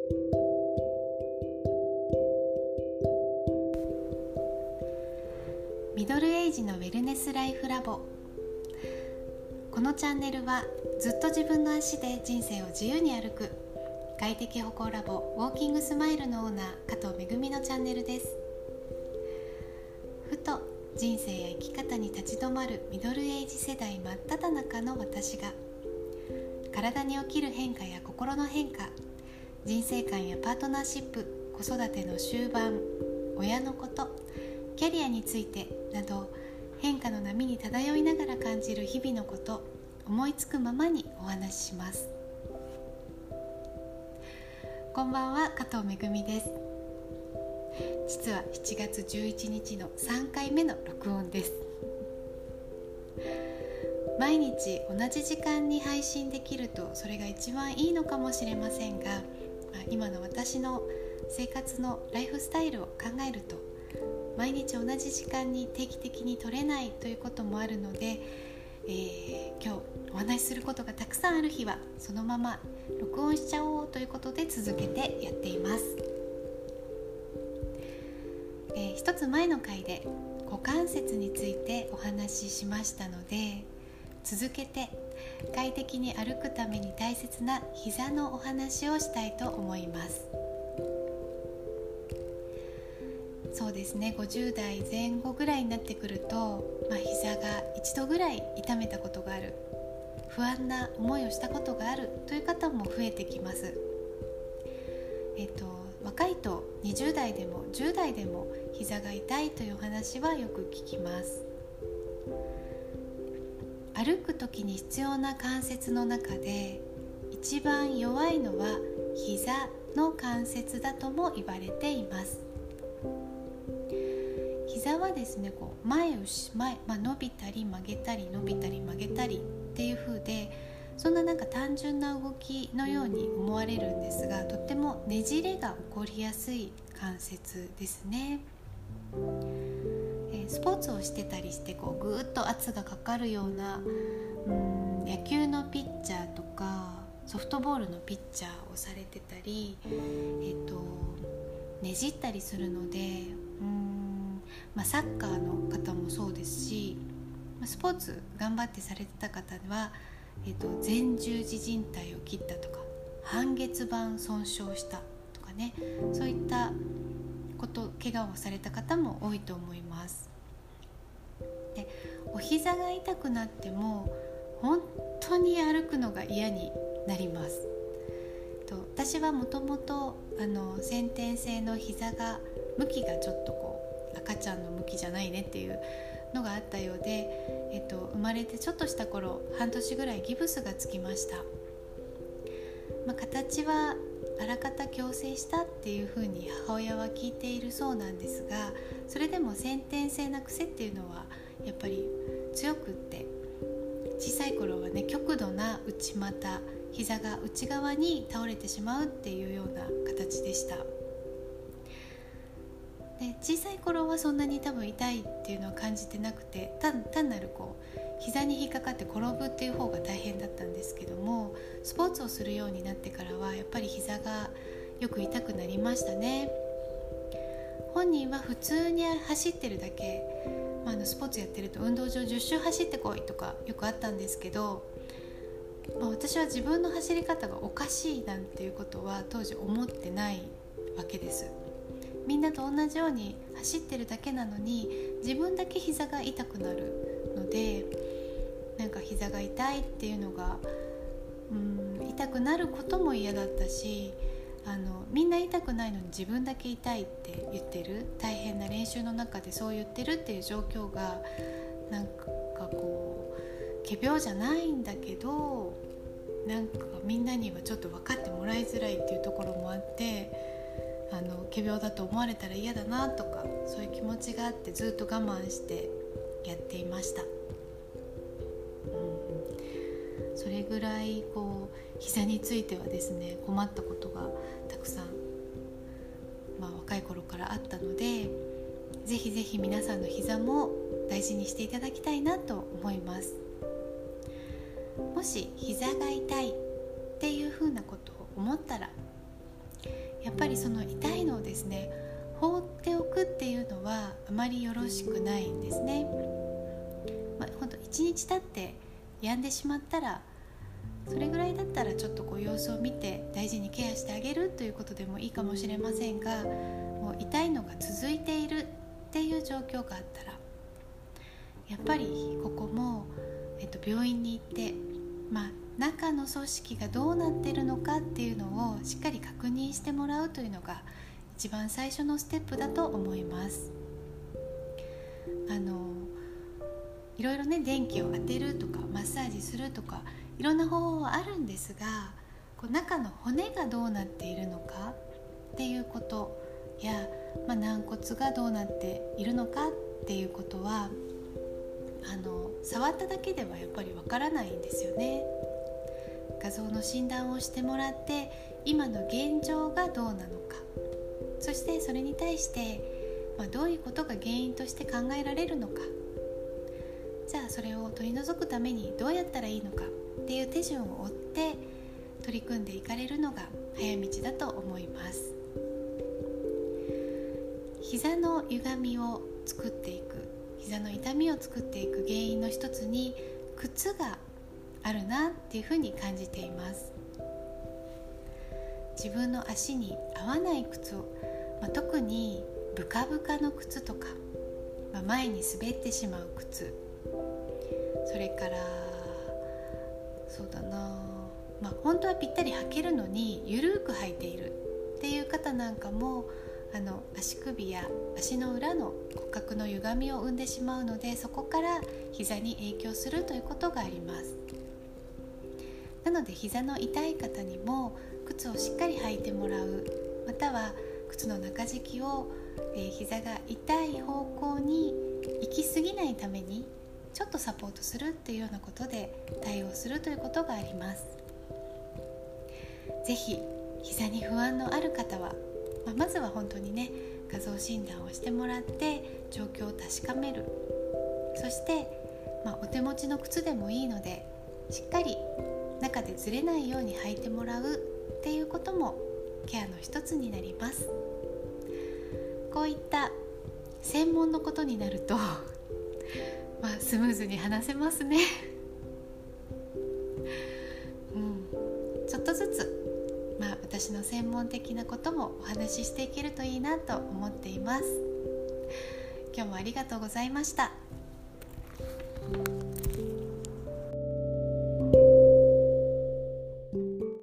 ミドルエイジのウェルネスライフラボ。このチャンネルはずっと自分の足で人生を自由に歩く快適歩行ラボウォーキングスマイルのオーナー加藤めぐみのチャンネルです。ふと人生や生き方に立ち止まるミドルエイジ世代真っ只中の私が、体に起きる変化や心の変化、人生観やパートナーシップ、子育ての終盤、親のこと、キャリアについてなど、変化の波に漂いながら感じる日々のこと、思いつくままにお話しします。こんばんは、加藤めぐみです。実は7月11日の3回目の録音です。毎日同じ時間に配信できるとそれが一番いいのかもしれませんが、今の私の生活のライフスタイルを考えると、毎日同じ時間に定期的に撮れないということもあるので、今日お話しすることがたくさんある日はそのまま録音しちゃおうということで続けてやっています。一つ前の回で股関節についてお話ししましたので、続けて快適に歩くために大切な膝のお話をしたいと思います。そうですね、50代前後ぐらいになってくると、膝が一度ぐらい痛めたことがある、不安な思いをしたことがあるという方も増えてきます。若いと20代でも10代でも膝が痛いという話はよく聞きます。歩くときに必要な関節の中で一番弱いのは膝の関節だとも言われています。膝はですね、前、伸びたり曲げたり伸びたり曲げたりっていう風で、そんな単純な動きのように思われるんですが、とってもねじれが起こりやすい関節ですね。スポーツをしてたりしてぐーっと圧がかかるような野球のピッチャーとかソフトボールのピッチャーをされてたり、ねじったりするので、サッカーの方もそうですし、スポーツ頑張ってされてた方は、前十字靭帯を切ったとか半月板損傷したとかね、そういった怪我をされた方も多いと思います。で、お膝が痛くなっても本当に歩くのが嫌になります。私はもともと先天性の膝が向きがちょっと赤ちゃんの向きじゃないねっていうのがあったようで、生まれてちょっとした頃、半年ぐらいギブスがつきました。形はあらかた矯正したっていうふうに母親は聞いているそうなんですが、それでも先天性な癖っていうのはやっぱり強くって、小さい頃はね、極度な内股、膝が内側に倒れてしまうっていうような形でした。で、小さい頃はそんなに多分痛いっていうのは感じてなくて、単なる膝に引っかかって転ぶっていう方が大変だったんですけども、スポーツをするようになってからはやっぱり膝がよく痛くなりましたね。本人は普通に走ってるだけ、スポーツやってると運動場10周走ってこいとかよくあったんですけど、私は自分の走り方がおかしいなんていうことは当時思ってないわけです。みんなと同じように走ってるだけなのに、自分だけ膝が痛くなるので、膝が痛いっていうのが痛くなることも嫌だったし、みんな痛くないのに自分だけ痛いって言ってる、大変な練習の中でそう言ってるっていう状況が仮病じゃないんだけど、みんなにはちょっと分かってもらいづらいっていうところもあって、仮病だと思われたら嫌だなとか、そういう気持ちがあってずっと我慢してやっていました。それぐらい膝についてはですね、困ったことがたくさん、若い頃からあったので、ぜひぜひ皆さんの膝も大事にしていただきたいなと思います。もし膝が痛いっていうふうなことを思ったら、 ぱりその痛いのをですね放っておくっていうのはあまりよろしくないんですね。ほんと1日経って病んでしまったら、それぐらいだったらちょっと様子を見て大事にケアしてあげるということでもいいかもしれませんが、もう痛いのが続いているっていう状況があったら、やっぱりここも、病院に行って、中の組織がどうなっているのかっていうのをしっかり確認してもらうというのが一番最初のステップだと思います。いろいろね、電気を当てるとかマッサージするとかいろんな方法はあるんですが、中の骨がどうなっているのかっていうことや、軟骨がどうなっているのかっていうことは触っただけではやっぱりわからないんですよね。画像の診断をしてもらって今の現状がどうなのか、そしてそれに対して、どういうことが原因として考えられるのか、じゃあそれを取り除くためにどうやったらいいのかっていう手順を追って取り組んでいかれるのが早道だと思います。膝の歪みを作っていく、膝の痛みを作っていく原因の一つに靴があるなっていうふうに感じています。自分の足に合わない靴を、特にブカブカの靴とか、前に滑ってしまう靴、それからそうだな、本当はぴったり履けるのにゆるく履いているっていう方なんかも足首や足の裏の骨格の歪みを生んでしまうので、そこから膝に影響するということがあります。なので膝の痛い方にも靴をしっかり履いてもらう、または靴の中敷きを、膝が痛い方向に行き過ぎないためにちょっとサポートするっていうようなことで対応するということがあります。ぜひ膝に不安のある方は、まずは本当にね、画像診断をしてもらって状況を確かめる。そして、お手持ちの靴でもいいのでしっかり中でずれないように履いてもらうっていうこともケアの一つになります。こういった専門のことになるとスムーズに話せますねちょっとずつ私の専門的なこともお話ししていけるといいなと思っています。今日もありがとうございました。